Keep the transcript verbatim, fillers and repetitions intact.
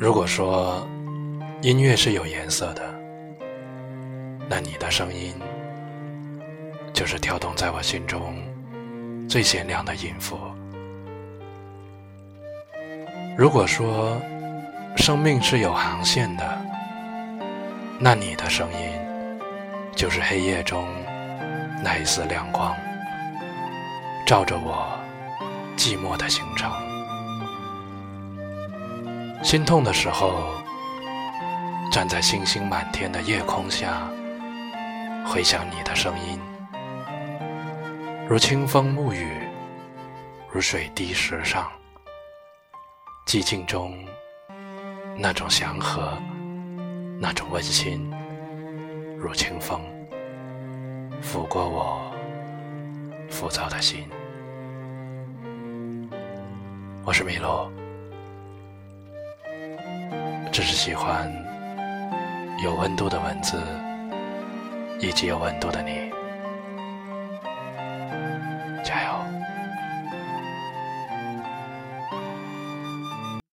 如果说音乐是有颜色的，那你的声音就是跳动在我心中最鲜亮的音符。如果说生命是有航线的，那你的声音就是黑夜中那一丝亮光，照着我寂寞的行程。心痛的时候，站在星星满天的夜空下，回想你的声音，如清风沐雨，如水滴石上，寂静中那种祥和，那种温馨，如清风拂过我浮躁的心。我是米洛，只是喜欢有温度的文字，以及有温度的你。